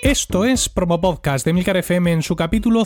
Esto es Promo Podcast de Emilcar FM en su capítulo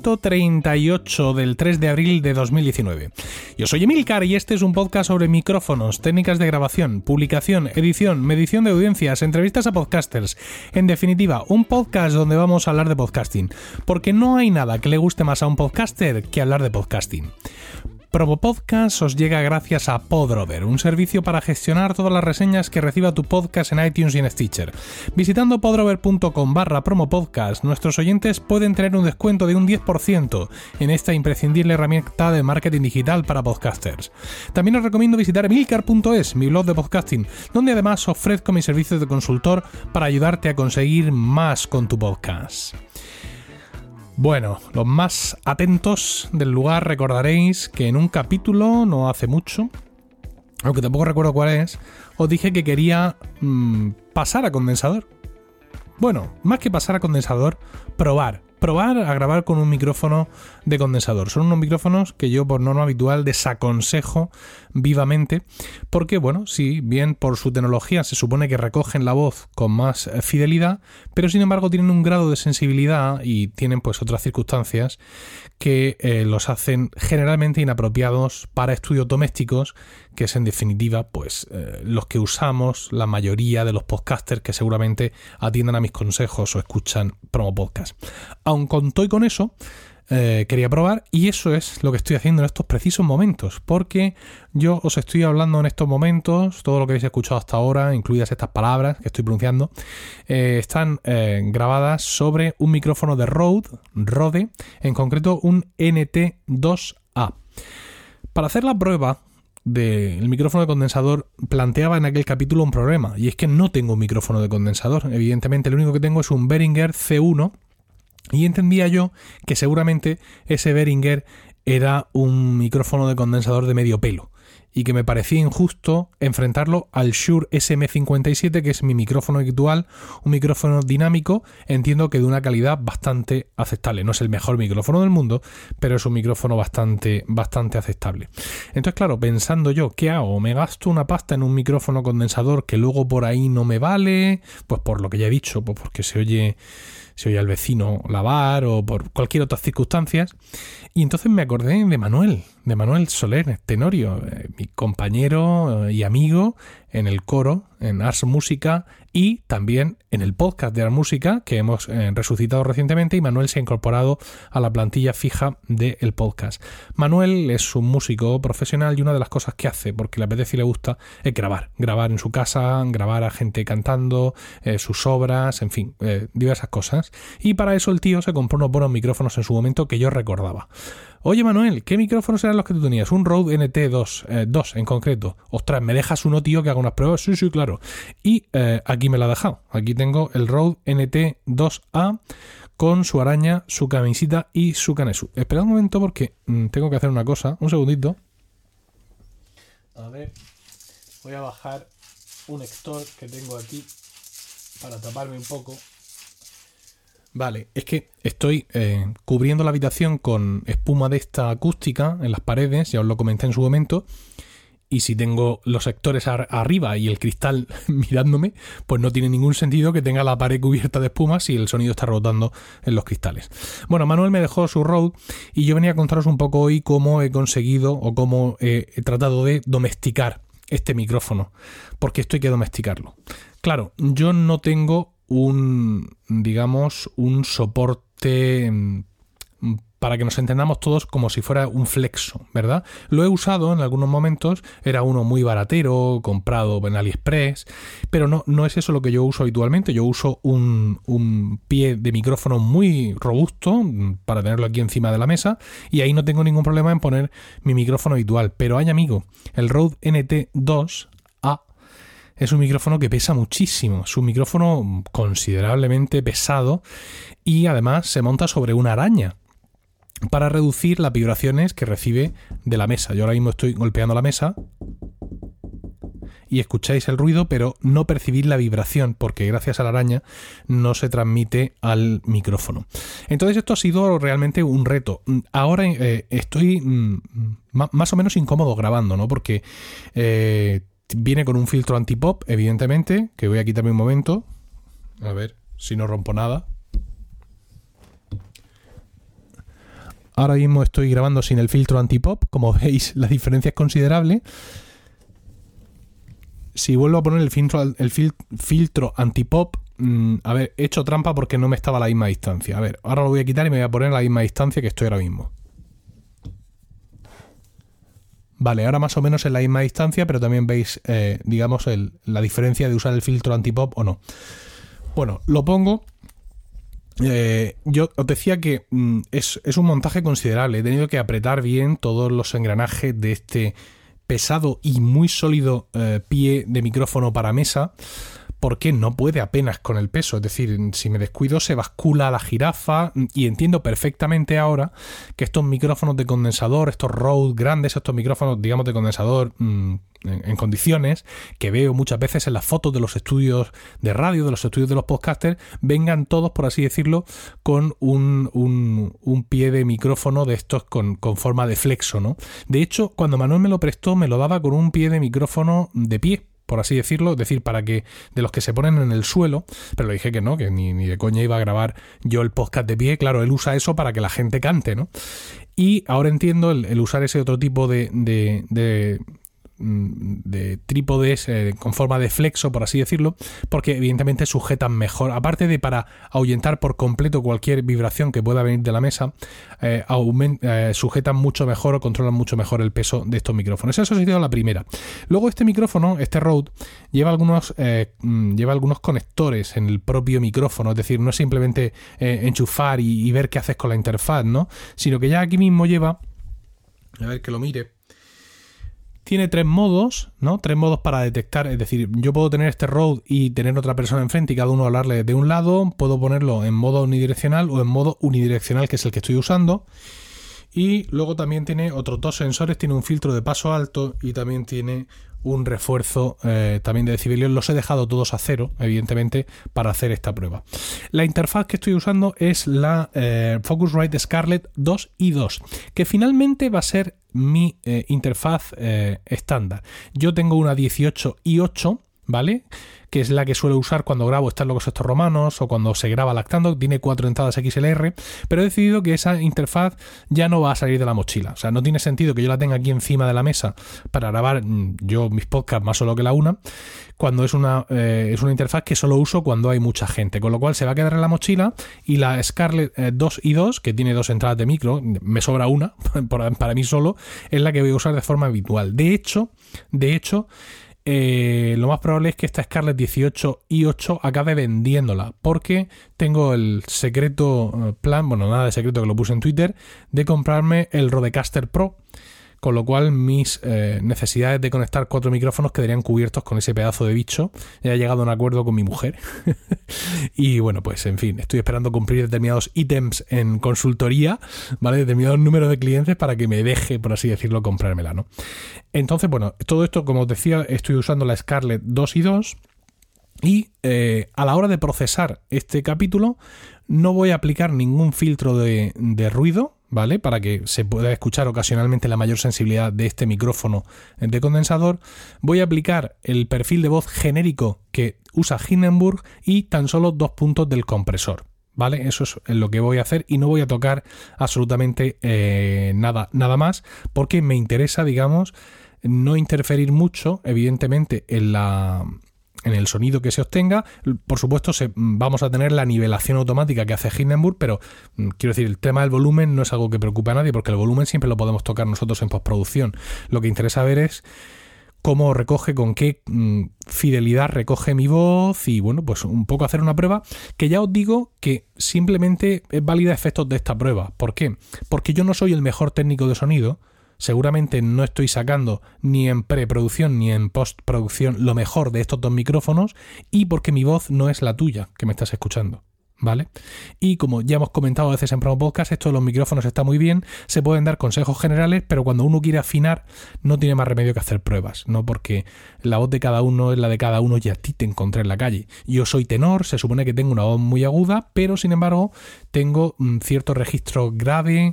138 del 3 de abril de 2019. Yo soy Emilcar y este es un podcast sobre micrófonos, técnicas de grabación, publicación, edición, medición de audiencias, entrevistas a podcasters. En definitiva, un podcast donde vamos a hablar de podcasting, porque no hay nada que le guste más a un podcaster que hablar de podcasting. Promo Podcast os llega gracias a Podrover, un servicio para gestionar todas las reseñas que reciba tu podcast en iTunes y en Stitcher. Visitando podrover.com/promopodcast, nuestros oyentes pueden tener un descuento de un 10% en esta imprescindible herramienta de marketing digital para podcasters. También os recomiendo visitar emilcar.es, mi blog de podcasting, donde además ofrezco mis servicios de consultor para ayudarte a conseguir más con tu podcast. Bueno, los más atentos del lugar recordaréis que en un capítulo, no hace mucho, aunque tampoco recuerdo cuál es, os dije que quería pasar a condensador. Bueno, más que pasar a condensador, probar a grabar con un micrófono de condensador. Son unos micrófonos que yo por norma habitual desaconsejo vivamente porque, bueno, sí, bien por su tecnología se supone que recogen la voz con más fidelidad, pero sin embargo tienen un grado de sensibilidad y tienen pues otras circunstancias que los hacen generalmente inapropiados para estudios domésticos, que es en definitiva pues los que usamos la mayoría de los podcasters que seguramente atiendan a mis consejos o escuchan Promo Podcast. Aun con todo y con eso, quería probar, y eso es lo que estoy haciendo en estos precisos momentos, porque yo os estoy hablando en estos momentos, todo lo que habéis escuchado hasta ahora, incluidas estas palabras que estoy pronunciando, están grabadas sobre un micrófono de Rode, en concreto un NT2A. Para hacer la prueba del micrófono de condensador planteaba en aquel capítulo un problema, y es que no tengo un micrófono de condensador. Evidentemente lo único que tengo es un Behringer C1, y entendía yo que seguramente ese Behringer era un micrófono de condensador de medio pelo y que me parecía injusto enfrentarlo al Shure SM57, que es mi micrófono habitual, un micrófono dinámico, entiendo que de una calidad bastante aceptable. No es el mejor micrófono del mundo, pero es un micrófono bastante aceptable. Entonces, claro, pensando yo, ¿qué hago? ¿Me gasto una pasta en un micrófono condensador que luego por ahí no me vale? Pues por lo que ya he dicho, pues porque se oye al vecino lavar o por cualquier otra circunstancia. Y entonces me acordé de Manuel Soler Tenorio, mi compañero y amigo en el coro, en Ars Música, y también en el podcast de Ars Música que hemos resucitado recientemente, y Manuel se ha incorporado a la plantilla fija del podcast. Manuel es un músico profesional y una de las cosas que hace, porque le apetece y le gusta, es grabar en su casa, grabar a gente cantando, sus obras, en fin, diversas cosas. Y para eso el tío se compró unos buenos micrófonos en su momento que yo recordaba. Oye Manuel, ¿qué micrófonos eran los que tú tenías? Un Rode NT2, 2 en concreto. Ostras, ¿me dejas uno, tío, que haga unas pruebas? Sí, claro. Y aquí me lo ha dejado. Aquí tengo el Rode NT2A con su araña, su camisita y su canesú. Espera un momento porque tengo que hacer una cosa. Un segundito. A ver, voy a bajar un Hector que tengo aquí para taparme un poco. Vale, es que estoy cubriendo la habitación con espuma de esta acústica en las paredes, ya os lo comenté en su momento, y si tengo los sectores arriba y el cristal mirándome, pues no tiene ningún sentido que tenga la pared cubierta de espuma si el sonido está rotando en los cristales. Bueno, Manuel me dejó su Rode y yo venía a contaros un poco hoy cómo he conseguido o cómo he tratado de domesticar este micrófono, porque esto hay que domesticarlo. Claro, yo no tengo un soporte para que nos entendamos todos como si fuera un flexo, ¿verdad? Lo he usado en algunos momentos, era uno muy baratero, comprado en AliExpress, pero no es eso lo que yo uso habitualmente. Yo uso un pie de micrófono muy robusto para tenerlo aquí encima de la mesa, y ahí no tengo ningún problema en poner mi micrófono habitual. Pero hay, amigo, el Rode NT2A es un micrófono que pesa muchísimo, es un micrófono considerablemente pesado, y además se monta sobre una araña para reducir las vibraciones que recibe de la mesa. Yo ahora mismo estoy golpeando la mesa y escucháis el ruido, pero no percibís la vibración porque gracias a la araña no se transmite al micrófono. Entonces esto ha sido realmente un reto. Ahora estoy más o menos incómodo grabando, ¿no? Porque viene con un filtro antipop, evidentemente, que voy a quitarme un momento. A ver, si no rompo nada. Ahora mismo estoy grabando sin el filtro anti-pop. Como veis, la diferencia es considerable. Si vuelvo a poner el filtro anti-pop, a ver, he hecho trampa porque no me estaba a la misma distancia. A ver, ahora lo voy a quitar y me voy a poner a la misma distancia que estoy ahora mismo. Vale, ahora más o menos en la misma distancia, pero también veis, digamos, la diferencia de usar el filtro anti-pop o no. Bueno, lo pongo. Yo os decía que es un montaje considerable. He tenido que apretar bien todos los engranajes de este pesado y muy sólido pie de micrófono para mesa, porque no puede apenas con el peso. Es decir, si me descuido se bascula la jirafa, y entiendo perfectamente ahora que estos micrófonos de condensador, estos Rode grandes, estos micrófonos, digamos, de condensador en condiciones, que veo muchas veces en las fotos de los estudios de radio, de los estudios de los podcasters, vengan todos, por así decirlo, con un pie de micrófono de estos con forma de flexo, ¿no? De hecho, cuando Manuel me lo prestó, me lo daba con un pie de micrófono de pie, por así decirlo, es decir, para que de los que se ponen en el suelo, pero le dije que no, que ni de coña iba a grabar yo el podcast de pie. Claro, él usa eso para que la gente cante, ¿no? Y ahora entiendo el usar ese otro tipo de trípodes con forma de flexo, por así decirlo, porque evidentemente sujetan mejor, aparte de para ahuyentar por completo cualquier vibración que pueda venir de la mesa, sujetan mucho mejor o controlan mucho mejor el peso de estos micrófonos. Eso ha sido la primera. Luego este micrófono, este Rode, lleva algunos conectores en el propio micrófono, es decir, no es simplemente enchufar y ver qué haces con la interfaz, ¿no? Sino que ya aquí mismo lleva, a ver que lo mire, tiene 3 modos, ¿no? 3 modos para detectar, es decir, yo puedo tener este Rode y tener otra persona enfrente y cada uno hablarle de un lado, puedo ponerlo en modo unidireccional o en modo unidireccional, que es el que estoy usando, y luego también tiene otros 2 sensores, tiene un filtro de paso alto y también tiene un refuerzo también de decibelios. Los he dejado todos a 0, evidentemente, para hacer esta prueba. La interfaz que estoy usando es la Focusrite Scarlett 2i2, que finalmente va a ser mi interfaz estándar. Yo tengo una 18i8, ¿vale?, que es la que suelo usar cuando grabo Están locos estos romanos o cuando se graba lactando. Tiene 4 entradas XLR, pero he decidido que esa interfaz ya no va a salir de la mochila. O sea, no tiene sentido que yo la tenga aquí encima de la mesa para grabar yo mis podcasts más solo que la una, cuando es una interfaz que solo uso cuando hay mucha gente, con lo cual se va a quedar en la mochila. Y la Scarlett 2i2, que tiene 2 entradas de micro, me sobra una para mí solo, es la que voy a usar de forma habitual. De hecho, lo más probable es que esta Scarlett 18i8 acabe vendiéndola, porque tengo el secreto plan, bueno, nada de secreto, que lo puse en Twitter, de comprarme el Rodecaster Pro, con lo cual mis necesidades de conectar 4 micrófonos quedarían cubiertos con ese pedazo de bicho. He llegado a un acuerdo con mi mujer y bueno, pues en fin, estoy esperando cumplir determinados ítems en consultoría, ¿vale?, determinados números de clientes para que me deje, por así decirlo, comprármela, ¿no? Entonces, bueno, todo esto, como os decía, estoy usando la Scarlett 2i2 y a la hora de procesar este capítulo no voy a aplicar ningún filtro de ruido, ¿vale?, para que se pueda escuchar ocasionalmente la mayor sensibilidad de este micrófono de condensador. Voy a aplicar el perfil de voz genérico que usa Hindenburg y tan solo 2 puntos del compresor, ¿vale? Eso es lo que voy a hacer y no voy a tocar absolutamente nada más, porque me interesa, digamos, no interferir mucho, evidentemente, en el sonido que se obtenga. Por supuesto, vamos a tener la nivelación automática que hace Hindenburg, pero quiero decir, el tema del volumen no es algo que preocupe a nadie, porque el volumen siempre lo podemos tocar nosotros en postproducción. Lo que interesa ver es cómo recoge, con qué fidelidad recoge mi voz, y bueno, pues un poco hacer una prueba que ya os digo que simplemente es válida a efectos de esta prueba. ¿Por qué? Porque yo no soy el mejor técnico de sonido. Seguramente no estoy sacando ni en preproducción ni en postproducción lo mejor de estos 2 micrófonos, y porque mi voz no es la tuya que me estás escuchando, ¿vale? Y como ya hemos comentado a veces en Promo Podcast, esto de los micrófonos está muy bien, se pueden dar consejos generales, pero cuando uno quiere afinar no tiene más remedio que hacer pruebas, ¿no? Porque la voz de cada uno es la de cada uno y a ti te encontré en la calle. Yo soy tenor, se supone que tengo una voz muy aguda, pero sin embargo tengo cierto registro grave,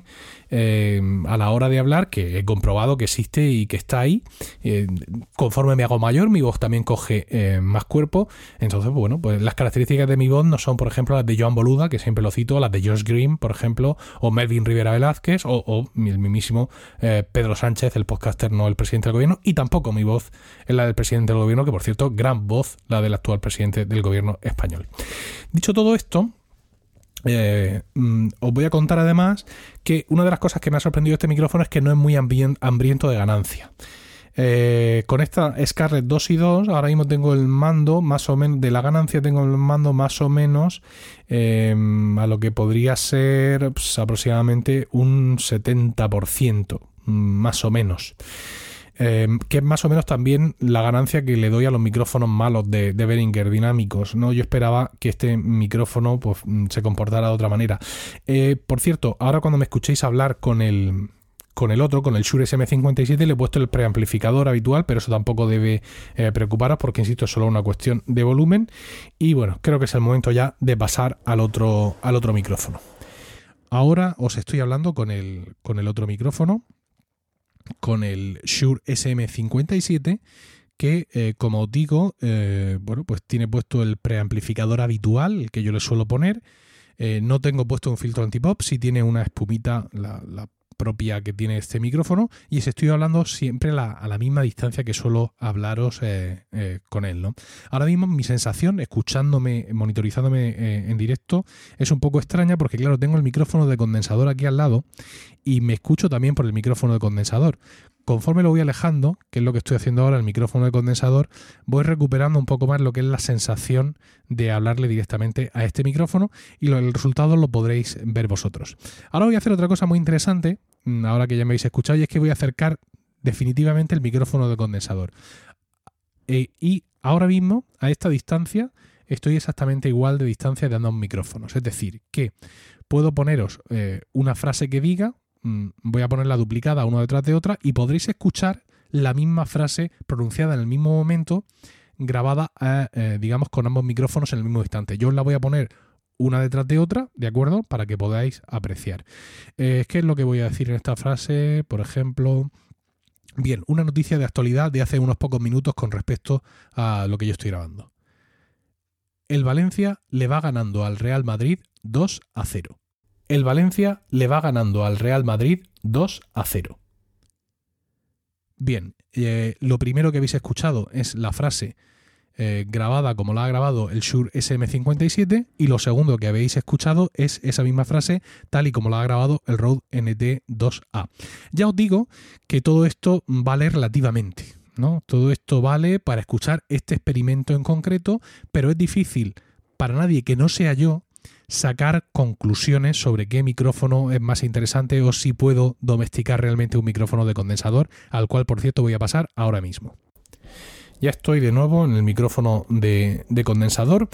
a la hora de hablar, que he comprobado que existe y que está ahí. Conforme me hago mayor, mi voz también coge más cuerpo. Entonces, bueno, pues las características de mi voz no son, por ejemplo, las de Joan Boluda, que siempre lo cito, las de Josh Green, por ejemplo, o Melvin Rivera Velázquez, o el mismísimo Pedro Sánchez, el podcaster, no el presidente del gobierno, y tampoco mi voz es la del presidente del gobierno, que por cierto, gran voz la del actual presidente del gobierno español. Dicho todo esto, os voy a contar además que una de las cosas que me ha sorprendido este micrófono es que no es muy hambriento de ganancia. Con esta Scarlett 2 y 2 ahora mismo tengo el mando más o menos de la ganancia, tengo el mando más o menos a lo que podría ser pues, aproximadamente un 70%, más o menos. Que es más o menos también la ganancia que le doy a los micrófonos malos de Behringer dinámicos, ¿no? Yo esperaba que este micrófono pues, se comportara de otra manera. Por cierto, ahora cuando me escuchéis hablar con el otro, con el Shure SM57, le he puesto el preamplificador habitual, pero eso tampoco debe preocuparos porque, insisto, es solo una cuestión de volumen. Y bueno, creo que es el momento ya de pasar al otro micrófono. Ahora os estoy hablando con el otro micrófono, con el Shure SM57, que como os digo, bueno, pues tiene puesto el preamplificador habitual, el que yo le suelo poner. No tengo puesto un filtro antipop, sí tiene una espumita, la propia que tiene este micrófono, y os estoy hablando siempre a la misma distancia que suelo hablaros con él, ¿no? Ahora mismo mi sensación, escuchándome, monitorizándome en directo, es un poco extraña porque, claro, tengo el micrófono de condensador aquí al lado y me escucho también por el micrófono de condensador. Conforme lo voy alejando, que es lo que estoy haciendo ahora, el micrófono de condensador, voy recuperando un poco más lo que es la sensación de hablarle directamente a este micrófono, y el resultado lo podréis ver vosotros. Ahora voy a hacer otra cosa muy interesante, ahora que ya me habéis escuchado, y es que voy a acercar definitivamente el micrófono de condensador. Y ahora mismo, a esta distancia, estoy exactamente igual de distancia de ambos micrófonos. Es decir, que puedo poneros una frase que diga, voy a ponerla duplicada una detrás de otra, y podréis escuchar la misma frase pronunciada en el mismo momento, grabada, digamos, con ambos micrófonos en el mismo instante. Yo os la voy a poner una detrás de otra, ¿de acuerdo? Para que podáis apreciar. ¿Qué es lo que voy a decir en esta frase? Por ejemplo, bien, una noticia de actualidad de hace unos pocos minutos con respecto a lo que yo estoy grabando. El Valencia le va ganando al Real Madrid 2-0. El Valencia le va ganando al Real Madrid 2-0. Bien, lo primero que habéis escuchado es la frase grabada como la ha grabado el Shure SM57, y lo segundo que habéis escuchado es esa misma frase tal y como la ha grabado el Rode NT2A. Ya os digo que todo esto vale relativamente, ¿no? Todo esto vale para escuchar este experimento en concreto, pero es difícil para nadie que no sea yo sacar conclusiones sobre qué micrófono es más interesante o si puedo domesticar realmente un micrófono de condensador, al cual, por cierto, voy a pasar ahora mismo. Ya estoy de nuevo en el micrófono de condensador.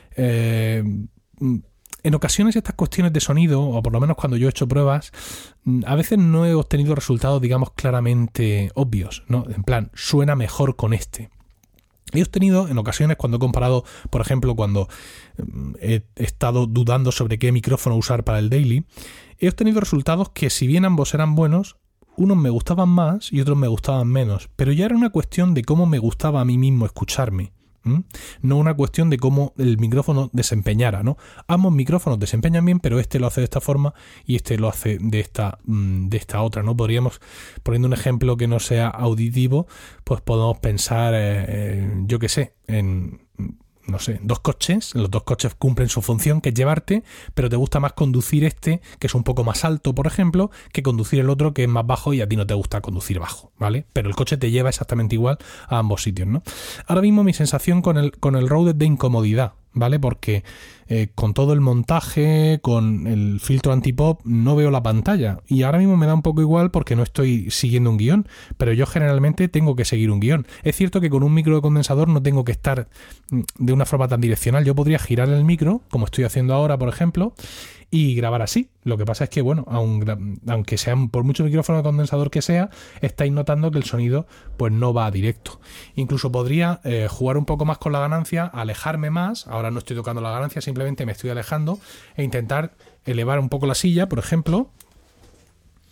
En ocasiones estas cuestiones de sonido, o por lo menos cuando yo he hecho pruebas, a veces no he obtenido resultados, digamos, claramente obvios, ¿no? En plan, suena mejor con este. He obtenido en ocasiones, cuando he comparado, por ejemplo, cuando he estado dudando sobre qué micrófono usar para el daily, he obtenido resultados que, si bien ambos eran buenos, unos me gustaban más y otros me gustaban menos, pero ya era una cuestión de cómo me gustaba a mí mismo escucharme. No una cuestión de cómo el micrófono desempeñara, ¿no? Ambos micrófonos desempeñan bien, pero este lo hace de esta forma y este lo hace de esta otra, ¿no? Podríamos, poniendo un ejemplo que no sea auditivo, pues podemos pensar, yo qué sé, en, no sé, dos coches. Los dos coches cumplen su función, que es llevarte, pero te gusta más conducir este, que es un poco más alto, por ejemplo, que conducir el otro, que es más bajo, y a ti no te gusta conducir bajo, ¿vale? Pero el coche te lleva exactamente igual a ambos sitios, ¿no? Ahora mismo mi sensación con el Rode es de incomodidad, ¿vale? Porque con todo el montaje, con el filtro antipop, no veo la pantalla, y ahora mismo me da un poco igual porque no estoy siguiendo un guión, pero yo generalmente tengo que seguir un guión. Es cierto que con un micro de condensador no tengo que estar de una forma tan direccional. Yo podría girar el micro, como estoy haciendo ahora, por ejemplo, y grabar así. Lo que pasa es que, bueno, aunque sean por mucho micrófono de condensador que sea, estáis notando que el sonido pues no va directo. Incluso podría jugar un poco más con la ganancia, alejarme más. Ahora no estoy tocando la ganancia, simplemente me estoy alejando, e intentar elevar un poco la silla, por ejemplo,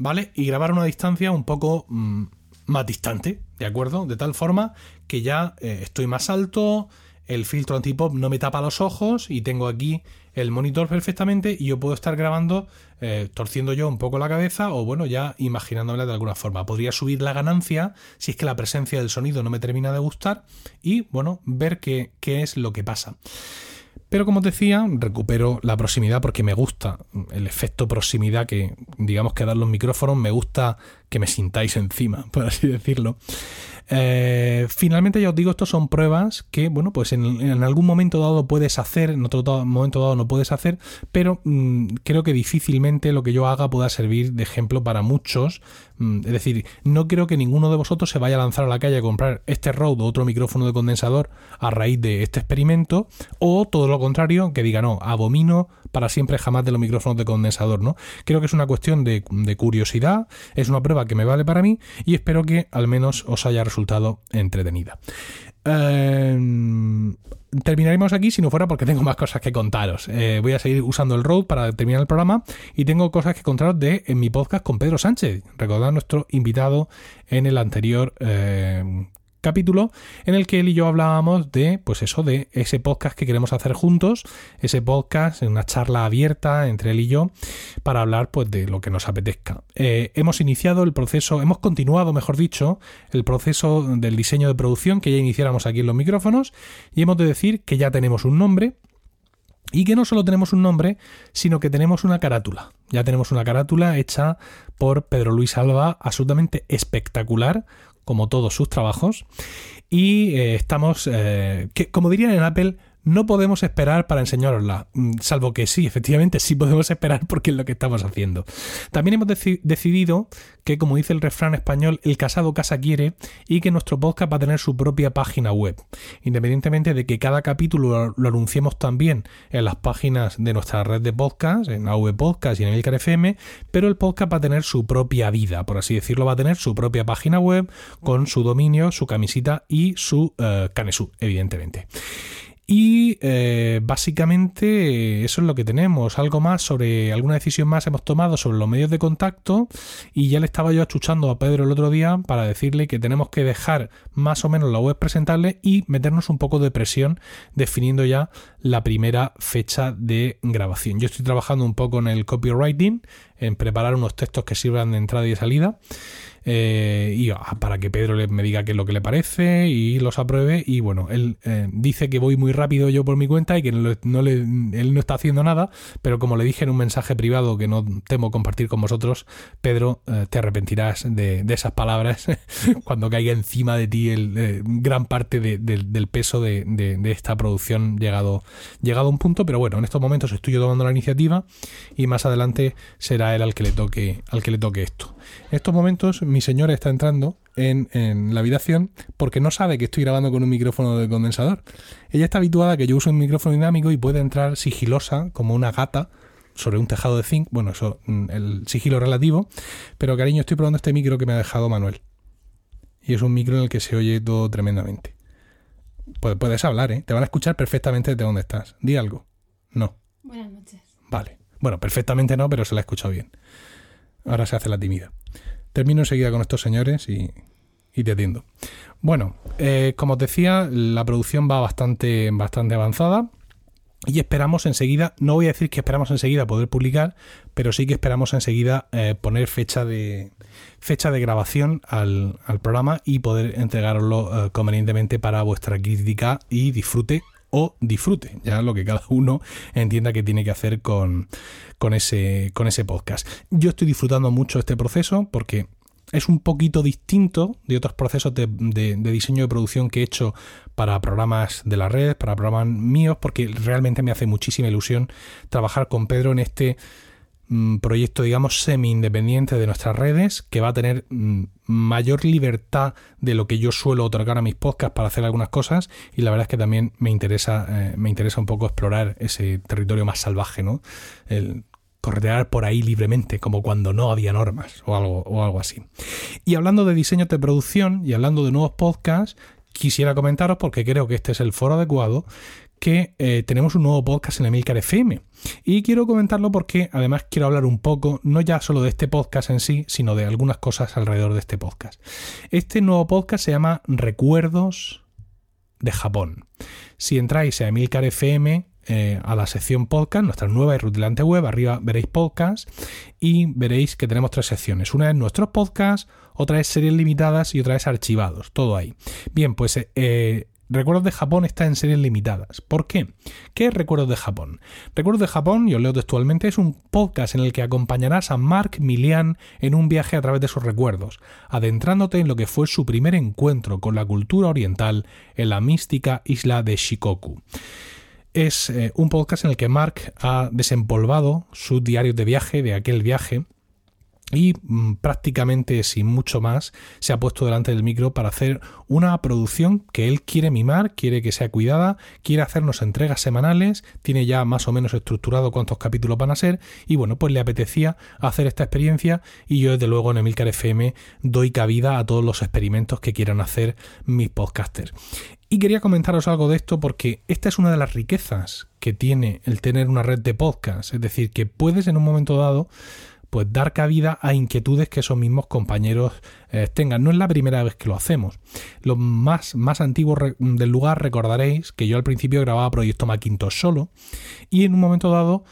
¿vale? Y grabar a una distancia un poco más distante, ¿de acuerdo? De tal forma que ya estoy más alto, el filtro antipop no me tapa los ojos y tengo aquí el monitor perfectamente y yo puedo estar grabando torciendo yo un poco la cabeza o bueno, ya imaginándome de alguna forma. Podría subir la ganancia si es que la presencia del sonido no me termina de gustar y bueno, ver qué es lo que pasa. Pero como os decía, recupero la proximidad porque me gusta el efecto proximidad que digamos que dan los micrófonos, me gusta que me sintáis encima, por así decirlo. Finalmente ya os digo, estos son pruebas que, bueno, pues en algún momento dado puedes hacer, en otro momento dado no puedes hacer, pero creo que difícilmente lo que yo haga pueda servir de ejemplo para muchos. Es decir, no creo que ninguno de vosotros se vaya a lanzar a la calle a comprar este Rode o otro micrófono de condensador a raíz de este experimento, o todo lo contrario, que diga no, abomino para siempre jamás de los micrófonos de condensador, ¿no? Creo que es una cuestión de curiosidad, es una prueba que me vale para mí y espero que al menos os haya resultado entretenida. Terminaremos aquí si no fuera porque tengo más cosas que contaros. Voy a seguir usando el Rode para terminar el programa y tengo cosas que contaros en mi podcast con Pedro Sánchez. Recordad nuestro invitado en el anterior capítulo en el que él y yo hablábamos de, pues eso, de ese podcast que queremos hacer juntos, ese podcast, una charla abierta entre él y yo para hablar pues de lo que nos apetezca. Hemos iniciado el proceso, hemos continuado, mejor dicho, el proceso del diseño de producción que ya iniciáramos aquí en los micrófonos y hemos de decir que ya tenemos un nombre. Y que no solo tenemos un nombre, sino que tenemos una carátula. Ya tenemos una carátula hecha por Pedro Luis Alba, absolutamente espectacular, como todos sus trabajos. Y estamos, que como dirían en Apple, no podemos esperar para enseñárosla, salvo que sí, efectivamente sí podemos esperar porque es lo que estamos haciendo. También hemos decidido que, como dice el refrán español, el casado casa quiere, y que nuestro podcast va a tener su propia página web, independientemente de que cada capítulo lo anunciemos también en las páginas de nuestra red de podcast, en AV Podcast y en Emilcar FM, pero el podcast va a tener su propia vida, por así decirlo, va a tener su propia página web con su dominio, su camisita y su canesú, evidentemente. Y básicamente eso es lo que tenemos. Algo más sobre alguna decisión más hemos tomado sobre los medios de contacto, y ya le estaba yo achuchando a Pedro el otro día para decirle que tenemos que dejar más o menos la web presentable y meternos un poco de presión definiendo ya la primera fecha de grabación. Yo estoy trabajando un poco en el copywriting, en preparar unos textos que sirvan de entrada y de salida. Para que Pedro me diga qué es lo que le parece y los apruebe. Y bueno, él dice que voy muy rápido yo por mi cuenta y que él no está haciendo nada, pero como le dije en un mensaje privado que no temo compartir con vosotros, Pedro, te arrepentirás de esas palabras cuando caiga encima de ti gran parte del peso de esta producción llegado a un punto. Pero bueno, en estos momentos estoy yo tomando la iniciativa y más adelante será él al que le toque esto. En estos momentos mi señora está entrando en la habitación porque no sabe que estoy grabando con un micrófono de condensador. Ella está habituada a que yo use un micrófono dinámico y puede entrar sigilosa como una gata sobre un tejado de zinc. Bueno, eso, el sigilo relativo. Pero cariño, estoy probando este micro que me ha dejado Manuel. Y es un micro en el que se oye todo tremendamente. Puedes hablar, ¿eh? Te van a escuchar perfectamente desde donde estás. Di algo. No. Buenas noches. Vale. Bueno, perfectamente no, pero se la ha escuchado bien. Ahora se hace la tímida. Termino enseguida con estos señores y te atiendo. Bueno, como os decía, la producción va bastante avanzada y esperamos enseguida, no voy a decir que esperamos enseguida poder publicar, pero sí que esperamos enseguida poner fecha de grabación al programa y poder entregaroslo convenientemente para vuestra crítica y disfrute, ya lo que cada uno entienda que tiene que hacer con ese podcast. Yo estoy disfrutando mucho este proceso porque es un poquito distinto de otros procesos de diseño de producción que he hecho para programas de la red, para programas míos, porque realmente me hace muchísima ilusión trabajar con Pedro en este proyecto, digamos, semi-independiente de nuestras redes, que va a tener mayor libertad de lo que yo suelo otorgar a mis podcasts para hacer algunas cosas, y la verdad es que también me interesa un poco explorar ese territorio más salvaje, ¿no? El corretear por ahí libremente, como cuando no había normas o algo así. Y hablando de diseños de producción y hablando de nuevos podcasts, quisiera comentaros, porque creo que este es el foro adecuado, que tenemos un nuevo podcast en Emilcar FM. Y quiero comentarlo porque además quiero hablar un poco, no ya solo de este podcast en sí, sino de algunas cosas alrededor de este podcast. Este nuevo podcast se llama Recuerdos de Japón. Si entráis a Emilcar FM, a la sección podcast, nuestra nueva y rutilante web, arriba veréis podcast y veréis que tenemos 3 secciones. Una es nuestros podcasts, otra es series limitadas y otra es archivados, todo ahí. Bien, pues Recuerdos de Japón está en series limitadas. ¿Por qué? ¿Qué es Recuerdos de Japón? Recuerdos de Japón, yo leo textualmente, es un podcast en el que acompañarás a Mark Milian en un viaje a través de sus recuerdos, adentrándote en lo que fue su primer encuentro con la cultura oriental en la mística isla de Shikoku. Es un podcast en el que Mark ha desempolvado sus diarios de viaje, de aquel viaje, y prácticamente sin mucho más se ha puesto delante del micro para hacer una producción que él quiere mimar, quiere que sea cuidada, quiere hacernos entregas semanales, tiene ya más o menos estructurado cuántos capítulos van a ser y bueno, pues le apetecía hacer esta experiencia y yo desde luego en Emilcar FM doy cabida a todos los experimentos que quieran hacer mis podcasters. Y quería comentaros algo de esto porque esta es una de las riquezas que tiene el tener una red de podcasts, es decir, que puedes en un momento dado pues dar cabida a inquietudes que esos mismos compañeros tengan. No es la primera vez que lo hacemos. Los más antiguos del lugar recordaréis que yo al principio grababa Proyecto Macintosh solo y en un momento dado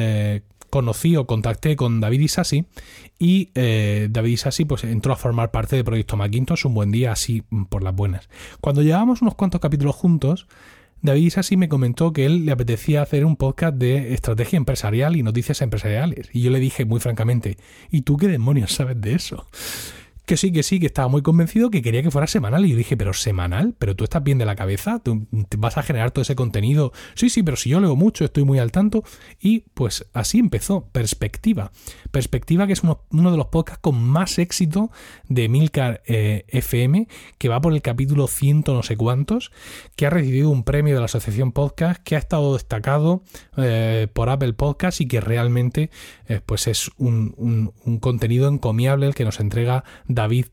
conocí o contacté con David Isasi y David Isasi pues entró a formar parte de Proyecto Macintosh un buen día así por las buenas. Cuando llevábamos unos cuantos capítulos juntos, David Isasi me comentó que él le apetecía hacer un podcast de estrategia empresarial y noticias empresariales. Y yo le dije muy francamente, ¿y tú qué demonios sabes de eso? Que sí, que estaba muy convencido que quería que fuera semanal. Y yo dije, ¿pero semanal? ¿Pero tú estás bien de la cabeza? ¿Tú vas a generar todo ese contenido? Sí, pero si yo leo mucho, estoy muy al tanto. Y pues así empezó, Perspectiva. Perspectiva, que es uno de los podcasts con más éxito de Emilcar FM, que va por el capítulo 100 no sé cuántos, que ha recibido un premio de la Asociación Podcast, que ha estado destacado por Apple Podcast y que realmente pues es un contenido encomiable el que nos entrega David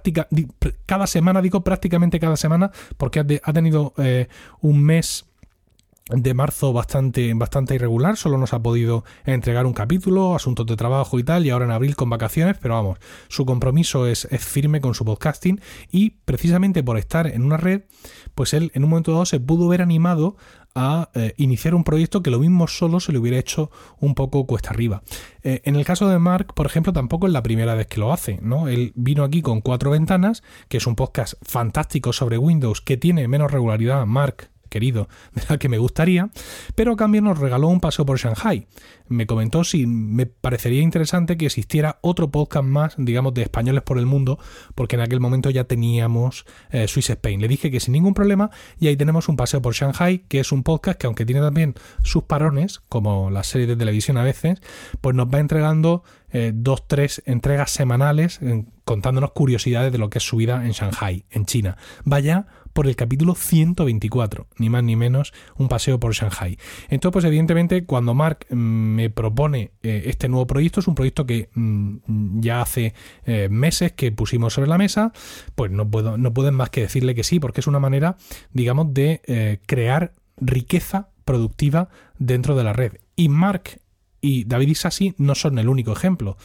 cada semana, digo prácticamente cada semana, porque ha tenido un mes de marzo bastante irregular, solo nos ha podido entregar un capítulo, asuntos de trabajo y tal, y ahora en abril con vacaciones, pero vamos, su compromiso es firme con su podcasting y precisamente por estar en una red, pues él en un momento dado se pudo ver animado a iniciar un proyecto que lo mismo solo se le hubiera hecho un poco cuesta arriba. En el caso de Mark, por ejemplo, tampoco es la primera vez que lo hace, ¿no? Él vino aquí con 4 ventanas, que es un podcast fantástico sobre Windows, que tiene menos regularidad, Mark, querido, de la que me gustaría, pero a cambio nos regaló un paseo por Shanghai. Me comentó si me parecería interesante que existiera otro podcast más, digamos, de españoles por el mundo, porque en aquel momento ya teníamos Swiss Spain. Le dije que sin ningún problema, y ahí tenemos un paseo por Shanghai, que es un podcast que aunque tiene también sus parones, como las series de televisión a veces, pues nos va entregando 2-3 entregas semanales contándonos curiosidades de lo que es su vida en Shanghai, en China. Vaya por el capítulo 124, ni más ni menos, un paseo por Shanghai. Entonces, pues evidentemente, cuando Mark me propone este nuevo proyecto, es un proyecto que ya hace meses que pusimos sobre la mesa, pues no pueden más que decirle que sí, porque es una manera, digamos, de crear riqueza productiva dentro de la red. Y Mark y David Isasi no son el único ejemplo.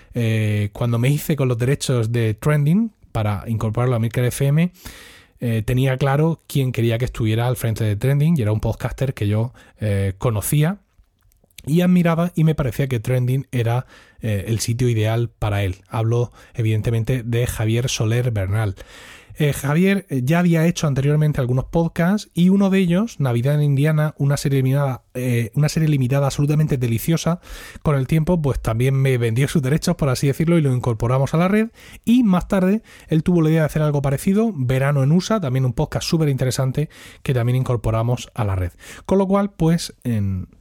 Cuando me hice con los derechos de Trending para incorporarlo a Emilcar FM, tenía claro quién quería que estuviera al frente de Trending y era un podcaster que yo conocía y admiraba y me parecía que Trending era el sitio ideal para él. Hablo evidentemente de Javier Soler Bernal. Javier ya había hecho anteriormente algunos podcasts y uno de ellos, Navidad en Indiana, una serie limitada absolutamente deliciosa. Con el tiempo pues también me vendió sus derechos, por así decirlo, y lo incorporamos a la red. Y más tarde él tuvo la idea de hacer algo parecido, Verano en USA, también un podcast súper interesante que también incorporamos a la red. Con lo cual pues en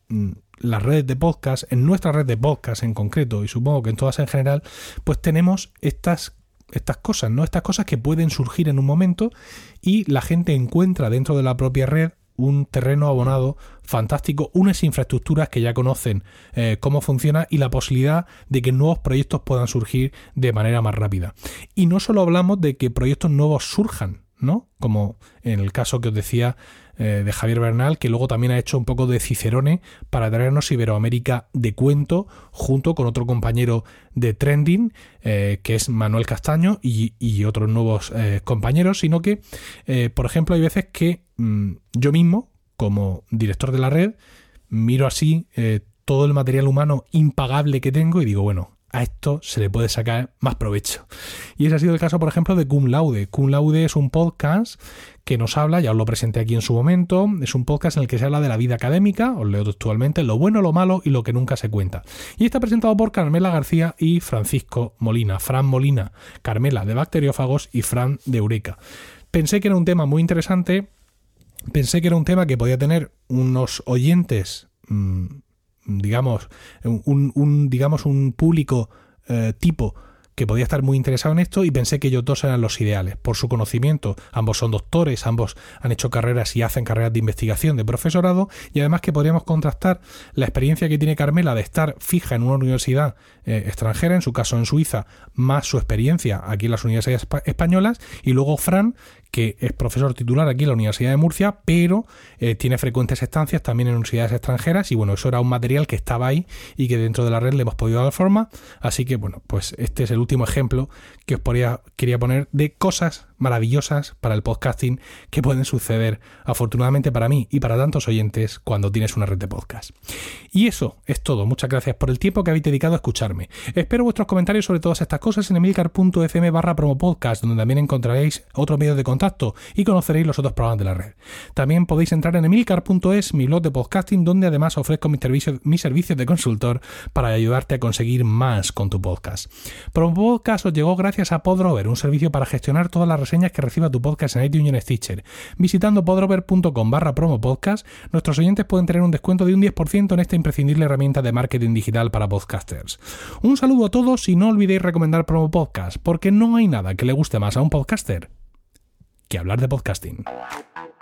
las redes de podcast, en nuestra red de podcast en concreto y supongo que en todas en general, pues tenemos estas cosas, ¿no? Estas cosas que pueden surgir en un momento y la gente encuentra dentro de la propia red un terreno abonado fantástico, unas infraestructuras que ya conocen cómo funciona y la posibilidad de que nuevos proyectos puedan surgir de manera más rápida. Y no solo hablamos de que proyectos nuevos surjan, ¿no? Como en el caso que os decía de Javier Bernal, que luego también ha hecho un poco de Cicerone para traernos Iberoamérica de cuento, junto con otro compañero de Trending, que es Manuel Castaño, y otros nuevos compañeros, sino que, por ejemplo, hay veces que yo mismo, como director de la red, miro así todo el material humano impagable que tengo y digo, bueno, a esto se le puede sacar más provecho. Y ese ha sido el caso, por ejemplo, de Cum Laude. Cum Laude es un podcast que nos habla, ya os lo presenté aquí en su momento, es un podcast en el que se habla de la vida académica, os leo textualmente, lo bueno, lo malo y lo que nunca se cuenta. Y está presentado por Carmela García y Francisco Molina. Fran Molina, Carmela de Bacteriófagos y Fran de Eureka. Pensé que era un tema muy interesante, pensé que era un tema que podía tener unos oyentes, digamos un público tipo que podía estar muy interesado en esto, y pensé que ellos dos eran los ideales por su conocimiento. Ambos son doctores, ambos han hecho carreras y hacen carreras de investigación, de profesorado, y además que podríamos contrastar la experiencia que tiene Carmela de estar fija en una universidad extranjera, en su caso en Suiza, más su experiencia aquí en las universidades españolas, y luego Fran, que es profesor titular aquí en la Universidad de Murcia, pero tiene frecuentes estancias también en universidades extranjeras, y bueno, eso era un material que estaba ahí y que dentro de la red le hemos podido dar forma. Así que bueno, pues este es el último ejemplo que os quería poner de cosas maravillosas para el podcasting que pueden suceder, afortunadamente para mí y para tantos oyentes, cuando tienes una red de podcast. Y eso es todo. Muchas gracias por el tiempo que habéis dedicado a escucharme. Espero vuestros comentarios sobre todas estas cosas en emilcar.fm/promopodcast, donde también encontraréis otros medios de contacto y conoceréis los otros programas de la red. También podéis entrar en emilcar.es, mi blog de podcasting, donde además ofrezco mis servicios de consultor para ayudarte a conseguir más con tu podcast. Promopodcast os llegó gracias a Podrover, un servicio para gestionar todas las reseñas que reciba tu podcast en iTunes y en Stitcher. Visitando podrover.com/promopodcast, nuestros oyentes pueden tener un descuento de un 10% en esta imprescindible herramienta de marketing digital para podcasters. Un saludo a todos y no olvidéis recomendar Promopodcast, porque no hay nada que le guste más a un podcaster que hablar de podcasting.